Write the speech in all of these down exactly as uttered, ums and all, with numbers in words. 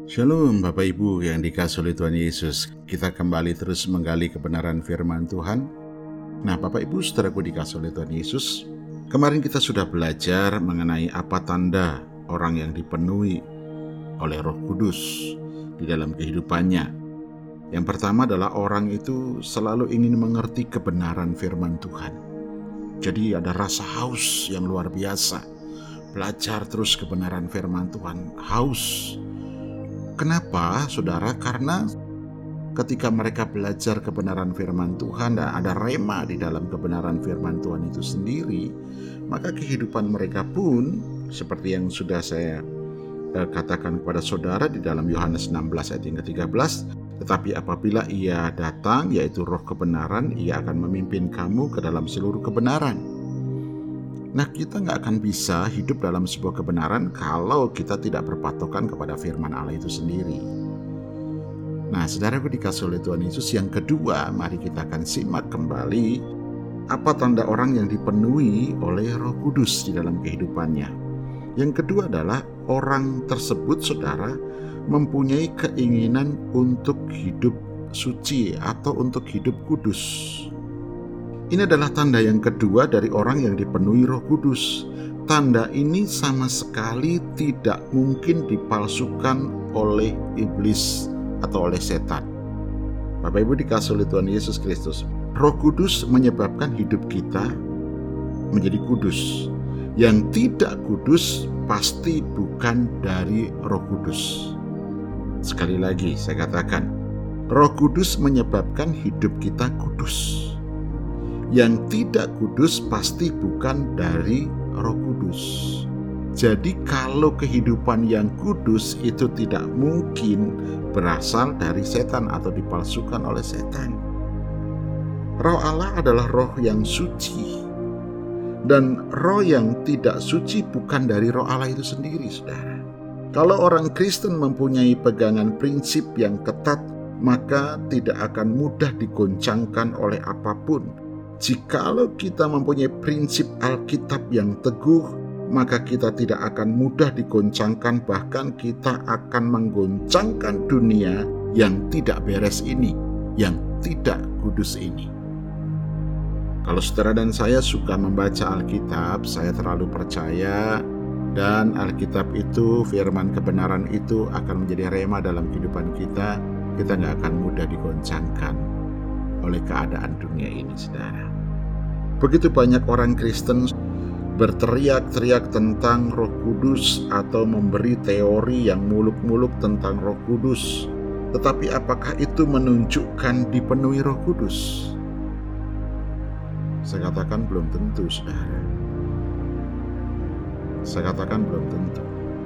Shalom Bapak Ibu yang dikasihi oleh Tuhan Yesus. Kita kembali terus menggali kebenaran firman Tuhan. Nah Bapak Ibu saudaraku dikasihi oleh Tuhan Yesus, kemarin kita sudah belajar mengenai apa tanda orang yang dipenuhi oleh Roh Kudus di dalam kehidupannya. Yang pertama adalah orang itu selalu ingin mengerti kebenaran firman Tuhan. Jadi ada rasa haus yang luar biasa. Belajar terus kebenaran firman Tuhan, haus. Kenapa, saudara? Karena ketika mereka belajar kebenaran firman Tuhan dan ada rema di dalam kebenaran firman Tuhan itu sendiri, maka kehidupan mereka pun seperti yang sudah saya eh, katakan kepada saudara di dalam Yohanes enam belas ayat yang ketiga belas, tetapi apabila ia datang, yaitu roh kebenaran, ia akan memimpin kamu ke dalam seluruh kebenaran. Nah, kita nggak akan bisa hidup dalam sebuah kebenaran kalau kita tidak berpatokan kepada firman Allah itu sendiri. Nah, saudaraku dikasihi oleh Tuhan Yesus, yang kedua, mari kita akan simak kembali apa tanda orang yang dipenuhi oleh Roh Kudus di dalam kehidupannya. Yang kedua adalah orang tersebut, saudara, mempunyai keinginan untuk hidup suci atau untuk hidup kudus. Ini adalah tanda yang kedua dari orang yang dipenuhi Roh Kudus. Tanda ini sama sekali tidak mungkin dipalsukan oleh iblis atau oleh setan. Bapak Ibu dikasihi oleh Tuhan Yesus Kristus, Roh Kudus menyebabkan hidup kita menjadi kudus. Yang tidak kudus pasti bukan dari Roh Kudus. Sekali lagi saya katakan, Roh Kudus menyebabkan hidup kita kudus. Yang tidak kudus pasti bukan dari Roh Kudus. Jadi kalau kehidupan yang kudus itu tidak mungkin berasal dari setan atau dipalsukan oleh setan. Roh Allah adalah roh yang suci. Dan roh yang tidak suci bukan dari Roh Allah itu sendiri, saudara. Kalau orang Kristen mempunyai pegangan prinsip yang ketat, maka tidak akan mudah digoncangkan oleh apapun. Jikalau kita mempunyai prinsip Alkitab yang teguh, maka kita tidak akan mudah digoncangkan, bahkan kita akan menggoncangkan dunia yang tidak beres ini, yang tidak kudus ini. Kalau saudara dan saya suka membaca Alkitab, saya terlalu percaya dan Alkitab itu, firman kebenaran itu akan menjadi rema dalam kehidupan kita. Kita nggak akan mudah digoncangkan oleh keadaan dunia ini, saudara. Begitu banyak orang Kristen berteriak-teriak tentang Roh Kudus atau memberi teori yang muluk-muluk tentang Roh Kudus. Tetapi apakah itu menunjukkan dipenuhi Roh Kudus? Saya katakan belum tentu, saudara. Saya katakan belum tentu.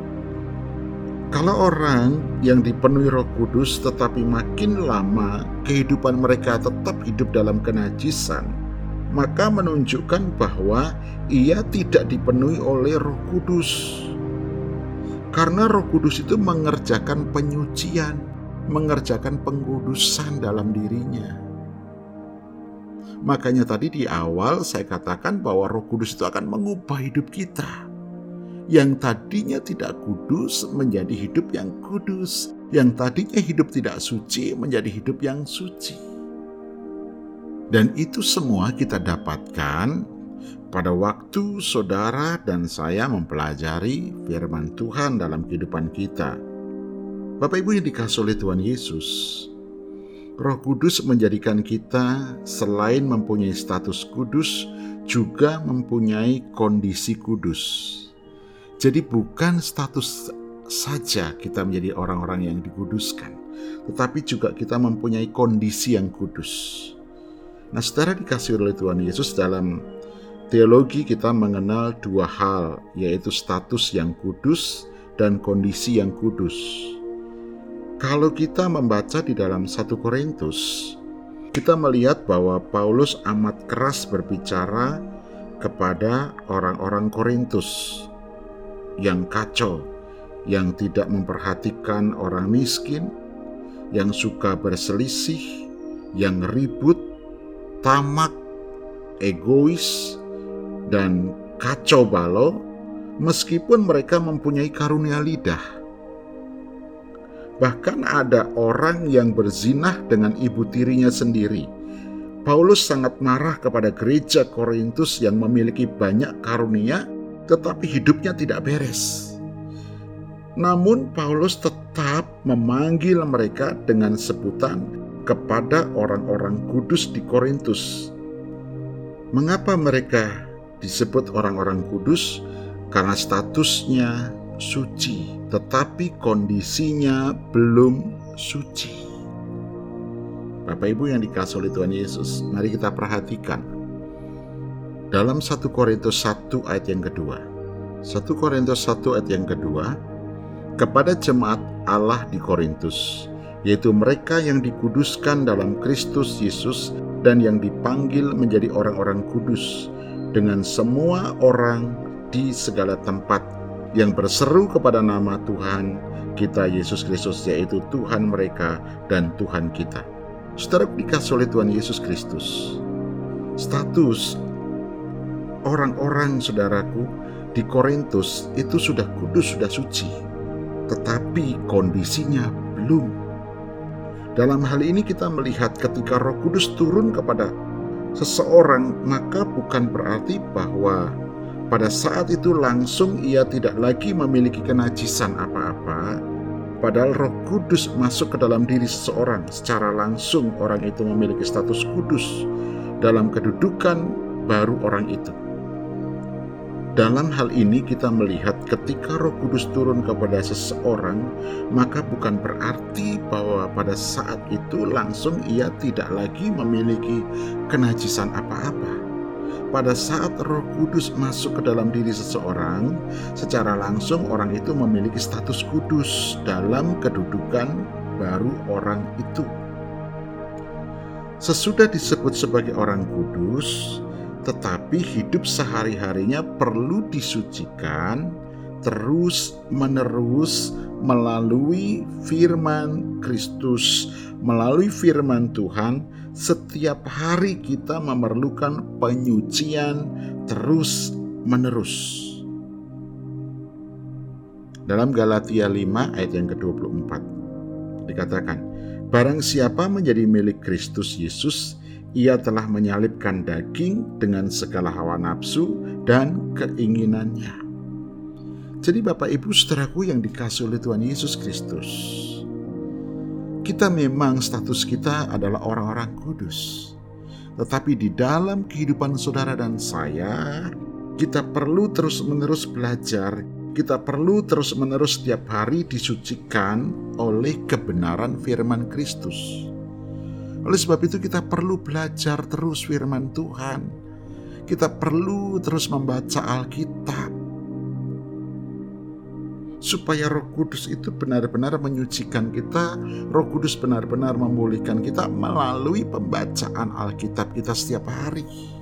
Kalau orang yang dipenuhi Roh Kudus tetapi makin lama kehidupan mereka tetap hidup dalam kenajisan, maka menunjukkan bahwa ia tidak dipenuhi oleh Roh Kudus. Karena Roh Kudus itu mengerjakan penyucian, mengerjakan pengkudusan dalam dirinya. Makanya tadi di awal saya katakan bahwa Roh Kudus itu akan mengubah hidup kita. Yang tadinya tidak kudus menjadi hidup yang kudus. Yang tadinya hidup tidak suci menjadi hidup yang suci. Dan itu semua kita dapatkan pada waktu saudara dan saya mempelajari firman Tuhan dalam kehidupan kita. Bapak Ibu yang dikasihi oleh Tuhan Yesus, Roh Kudus menjadikan kita selain mempunyai status kudus, juga mempunyai kondisi kudus. Jadi bukan status saja kita menjadi orang-orang yang dikuduskan, tetapi juga kita mempunyai kondisi yang kudus. Nah, saudara dikasihi oleh Tuhan Yesus, dalam teologi kita mengenal dua hal, yaitu status yang kudus dan kondisi yang kudus. Kalau kita membaca di dalam satu Korintus, kita melihat bahwa Paulus amat keras berbicara kepada orang-orang Korintus yang kacau, yang tidak memperhatikan orang miskin, yang suka berselisih, yang ribut, tamak, egois, dan kacau balau, meskipun mereka mempunyai karunia lidah. Bahkan ada orang yang berzinah dengan ibu tirinya sendiri. Paulus sangat marah kepada gereja Korintus yang memiliki banyak karunia, tetapi hidupnya tidak beres. Namun Paulus tetap memanggil mereka dengan sebutan kepada orang-orang kudus di Korintus. Mengapa mereka disebut orang-orang kudus? Karena statusnya suci, tetapi kondisinya belum suci. Bapak Ibu yang dikasihi oleh Tuhan Yesus, mari kita perhatikan dalam satu Korintus satu ayat yang kedua. satu Korintus satu ayat yang kedua, kepada jemaat Allah di Korintus, yaitu mereka yang dikuduskan dalam Kristus Yesus dan yang dipanggil menjadi orang-orang kudus, dengan semua orang di segala tempat yang berseru kepada nama Tuhan kita Yesus Kristus, yaitu Tuhan mereka dan Tuhan kita. Saudara dikasihi oleh Tuhan Yesus Kristus, status orang-orang saudaraku di Korintus itu sudah kudus, sudah suci, tetapi kondisinya belum. Dalam hal ini kita melihat ketika Roh Kudus turun kepada seseorang, maka bukan berarti bahwa pada saat itu langsung ia tidak lagi memiliki kenajisan apa-apa. Padahal Roh Kudus masuk ke dalam diri seseorang, secara langsung orang itu memiliki status kudus dalam kedudukan baru orang itu. Dalam hal ini kita melihat ketika Roh Kudus turun kepada seseorang, maka bukan berarti bahwa pada saat itu langsung ia tidak lagi memiliki kenajisan apa-apa. Pada saat Roh Kudus masuk ke dalam diri seseorang, secara langsung orang itu memiliki status kudus dalam kedudukan baru orang itu. Sesudah disebut sebagai orang kudus, tetapi hidup sehari-harinya perlu disucikan terus-menerus melalui firman Kristus, melalui firman Tuhan. Setiap hari kita memerlukan penyucian terus-menerus. Dalam Galatia lima ayat yang ke dua puluh empat dikatakan, barang siapa menjadi milik Kristus Yesus, ia telah menyalibkan daging dengan segala hawa nafsu dan keinginannya. Jadi Bapak Ibu saudaraku yang dikasihi oleh Tuhan Yesus Kristus, kita memang status kita adalah orang-orang kudus. Tetapi di dalam kehidupan saudara dan saya, kita perlu terus-menerus belajar. Kita perlu terus-menerus setiap hari disucikan oleh kebenaran firman Kristus. Oleh sebab itu kita perlu belajar terus firman Tuhan. Kita perlu terus membaca Alkitab, supaya Roh Kudus itu benar-benar menyucikan kita, Roh Kudus benar-benar memulihkan kita melalui pembacaan Alkitab kita setiap hari.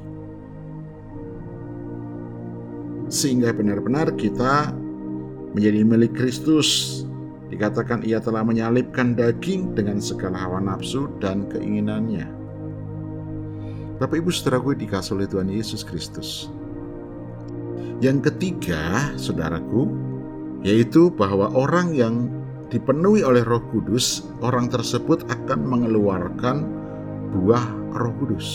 Sehingga benar-benar kita menjadi milik Kristus. Dikatakan ia telah menyalibkan daging dengan segala hawa nafsu dan keinginannya. Bapak Ibu saudaraku dikasihi oleh Tuhan Yesus Kristus. Yang ketiga, saudaraku, yaitu bahwa orang yang dipenuhi oleh Roh Kudus, orang tersebut akan mengeluarkan buah Roh Kudus.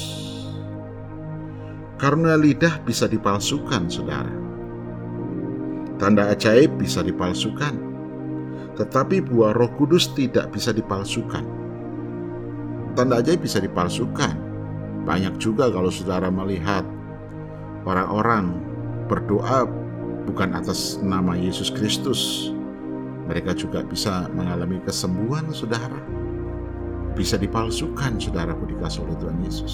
Karena lidah bisa dipalsukan, saudara. Tanda ajaib bisa dipalsukan, tetapi buah Roh Kudus tidak bisa dipalsukan. Tanda ajaib bisa dipalsukan. Banyak juga kalau saudara melihat orang-orang berdoa bukan atas nama Yesus Kristus, mereka juga bisa mengalami kesembuhan, saudara. Bisa dipalsukan, saudaraku dikasihi oleh Tuhan Yesus.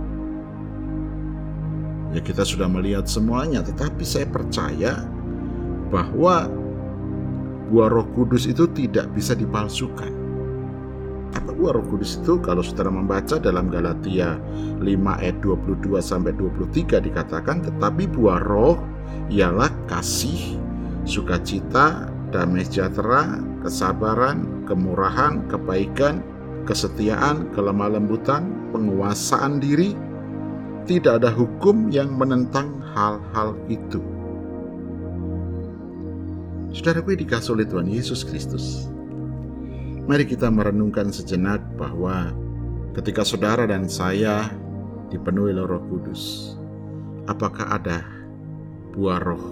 Ya, kita sudah melihat semuanya, tetapi saya percaya bahwa buah Roh Kudus itu tidak bisa dipalsukan. Apa buah Roh Kudus itu? Kalau saudara membaca dalam Galatia lima ayat dua puluh dua sampai dua puluh tiga dikatakan, tetapi buah Roh ialah kasih, sukacita, damai sejahtera, kesabaran, kemurahan, kebaikan, kesetiaan, kelemah lembutan, penguasaan diri. Tidak ada hukum yang menentang hal-hal itu. Saudaraku dikasihi oleh Tuhan Yesus Kristus, Mari kita merenungkan sejenak bahwa ketika saudara dan saya dipenuhi oleh Roh Kudus, apakah ada buah roh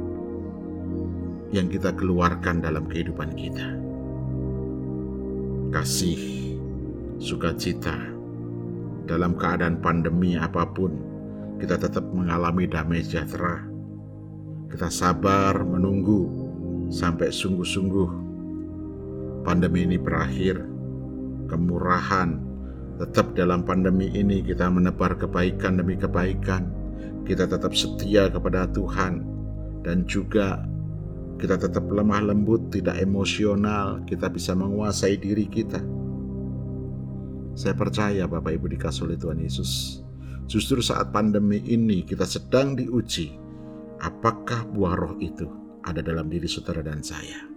yang kita keluarkan dalam kehidupan kita? Kasih, sukacita, dalam keadaan pandemi apapun, kita tetap mengalami damai sejahtera. Kita sabar menunggu sampai sungguh-sungguh pandemi ini berakhir. Kemurahan, tetap dalam pandemi ini kita menebar kebaikan demi kebaikan. Kita tetap setia kepada Tuhan, dan juga kita tetap lemah lembut, tidak emosional. Kita bisa menguasai diri kita. Saya percaya Bapak Ibu dikasih oleh Tuhan Yesus, justru saat pandemi ini kita sedang diuji, apakah buah roh itu ada dalam diri saudara dan saya.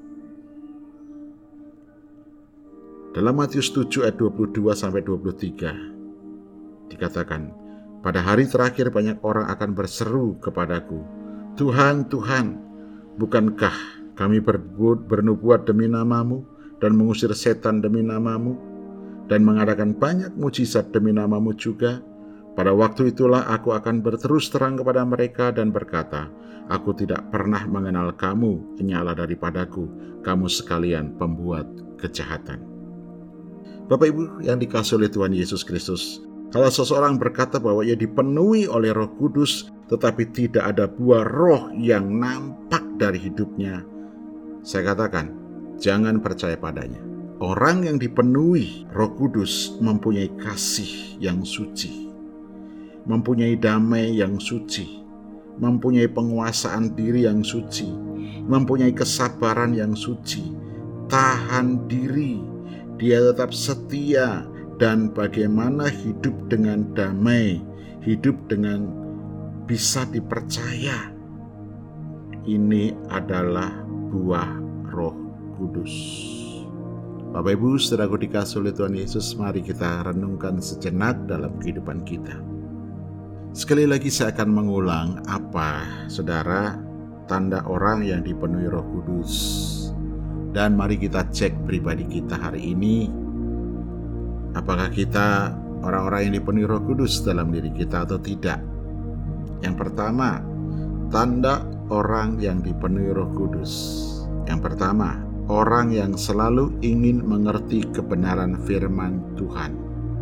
Dalam Matius tujuh ayat dua puluh dua sampai dua puluh tiga dikatakan, pada hari terakhir banyak orang akan berseru kepadaku, Tuhan, Tuhan, bukankah kami berbuat, bernubuat demi namamu dan mengusir setan demi namamu dan mengadakan banyak mujizat demi namamu juga? Pada waktu itulah aku akan berterus terang kepada mereka dan berkata, aku tidak pernah mengenal kamu, nyala daripadaku, kamu sekalian pembuat kejahatan. Bapak Ibu yang dikasihi oleh Tuhan Yesus Kristus, kalau seseorang berkata bahwa ia dipenuhi oleh Roh Kudus, tetapi tidak ada buah roh yang nampak dari hidupnya, saya katakan, jangan percaya padanya. Orang yang dipenuhi Roh Kudus mempunyai kasih yang suci, mempunyai damai yang suci, mempunyai penguasaan diri yang suci, mempunyai kesabaran yang suci, tahan diri, dia tetap setia, dan bagaimana hidup dengan damai, hidup dengan bisa dipercaya. Ini adalah buah Roh Kudus. Bapak Ibu, saudaraku dikasih oleh Tuhan Yesus, mari kita renungkan sejenak dalam kehidupan kita. Sekali lagi saya akan mengulang apa, saudara, tanda orang yang dipenuhi Roh Kudus. Dan mari kita cek pribadi kita hari ini. Apakah kita orang-orang yang dipenuhi Roh Kudus dalam diri kita atau tidak? Yang pertama, tanda orang yang dipenuhi Roh Kudus. Yang pertama, orang yang selalu ingin mengerti kebenaran firman Tuhan.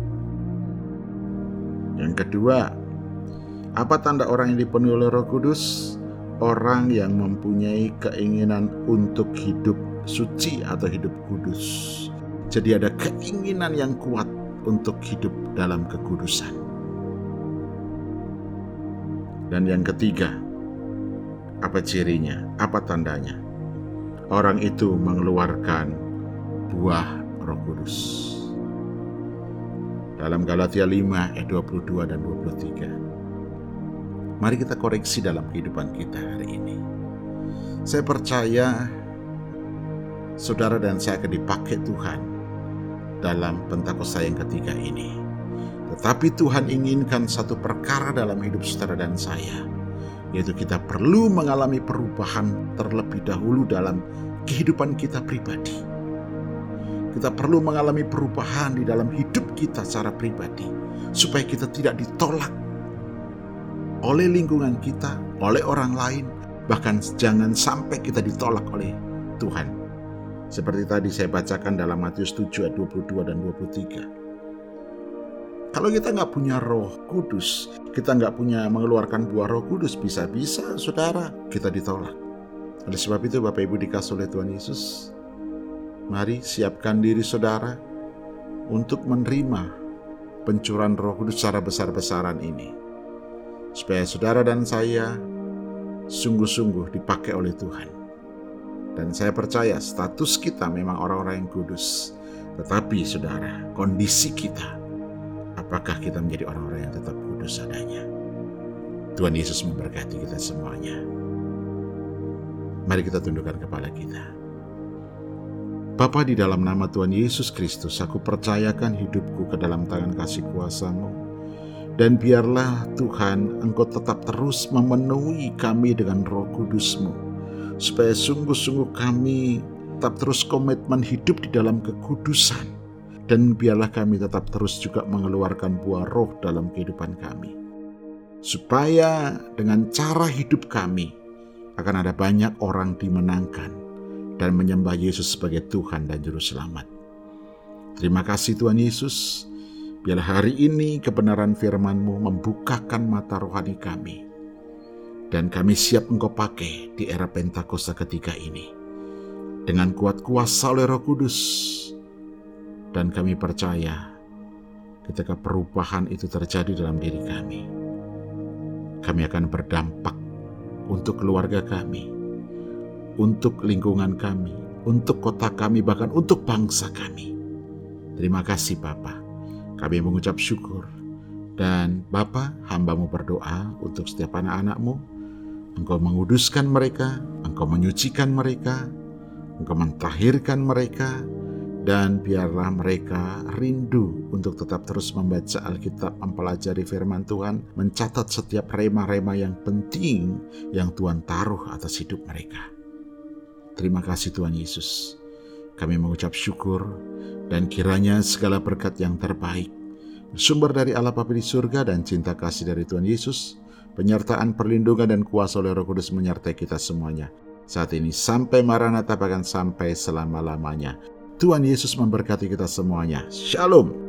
Yang kedua, apa tanda orang yang dipenuhi oleh Roh Kudus? Orang yang mempunyai keinginan untuk hidup suci atau hidup kudus. Jadi ada keinginan yang kuat untuk hidup dalam kekudusan. Dan yang ketiga, apa cirinya? Apa tandanya? Orang itu mengeluarkan buah Roh Kudus. Dalam Galatia lima ayat dua puluh dua dan dua puluh tiga. Mari kita koreksi dalam kehidupan kita hari ini. Saya percaya saudara dan saya akan dipakai Tuhan dalam Pentakosta yang ketiga ini. Tetapi Tuhan inginkan satu perkara dalam hidup saudara dan saya, yaitu kita perlu mengalami perubahan terlebih dahulu dalam kehidupan kita pribadi. Kita perlu mengalami perubahan di dalam hidup kita secara pribadi, supaya kita tidak ditolak oleh lingkungan kita, oleh orang lain, bahkan jangan sampai kita ditolak oleh Tuhan. Seperti tadi saya bacakan dalam Matius tujuh ayat dua puluh dua dan dua puluh tiga. Kalau kita nggak punya Roh Kudus, kita nggak punya mengeluarkan buah Roh Kudus, bisa-bisa saudara kita ditolak. Oleh sebab itu Bapak Ibu dikasih oleh Tuhan Yesus, mari siapkan diri saudara untuk menerima pencurahan Roh Kudus secara besar-besaran ini, supaya saudara dan saya sungguh-sungguh dipakai oleh Tuhan. Dan saya percaya status kita memang orang-orang yang kudus. Tetapi saudara, kondisi kita, apakah kita menjadi orang-orang yang tetap kudus adanya? Tuhan Yesus memberkati kita semuanya. Mari kita tundukkan kepala kita. Bapa, di dalam nama Tuhan Yesus Kristus, aku percayakan hidupku ke dalam tangan kasih kuasa-Mu. Dan biarlah Tuhan, Engkau tetap terus memenuhi kami dengan Roh Kudus-Mu, supaya sungguh-sungguh kami tetap terus komitmen hidup di dalam kekudusan. Dan biarlah kami tetap terus juga mengeluarkan buah roh dalam kehidupan kami. Supaya dengan cara hidup kami akan ada banyak orang dimenangkan dan menyembah Yesus sebagai Tuhan dan Juru Selamat. Terima kasih Tuhan Yesus. Biarlah hari ini kebenaran firman-Mu membukakan mata rohani kami. Dan kami siap Engkau pakai di era Pentakosta ketiga ini. Dengan kuat kuasa oleh Roh Kudus. Dan kami percaya ketika perubahan itu terjadi dalam diri kami, kami akan berdampak untuk keluarga kami, untuk lingkungan kami, untuk kota kami, bahkan untuk bangsa kami. Terima kasih Bapa. Kami mengucap syukur. Dan Bapa, hamba-Mu berdoa untuk setiap anak-anak-Mu. Engkau menguduskan mereka, Engkau menyucikan mereka, Engkau mentahirkan mereka, dan biarlah mereka rindu untuk tetap terus membaca Alkitab, mempelajari firman Tuhan, mencatat setiap rema-rema yang penting yang Tuhan taruh atas hidup mereka. Terima kasih Tuhan Yesus. Kami mengucap syukur, dan kiranya segala berkat yang terbaik, bersumber dari Allah Bapa di surga dan cinta kasih dari Tuhan Yesus, penyertaan, perlindungan, dan kuasa oleh Roh Kudus menyertai kita semuanya. Saat ini sampai Maranatha, bahkan sampai selama-lamanya. Tuhan Yesus memberkati kita semuanya. Shalom.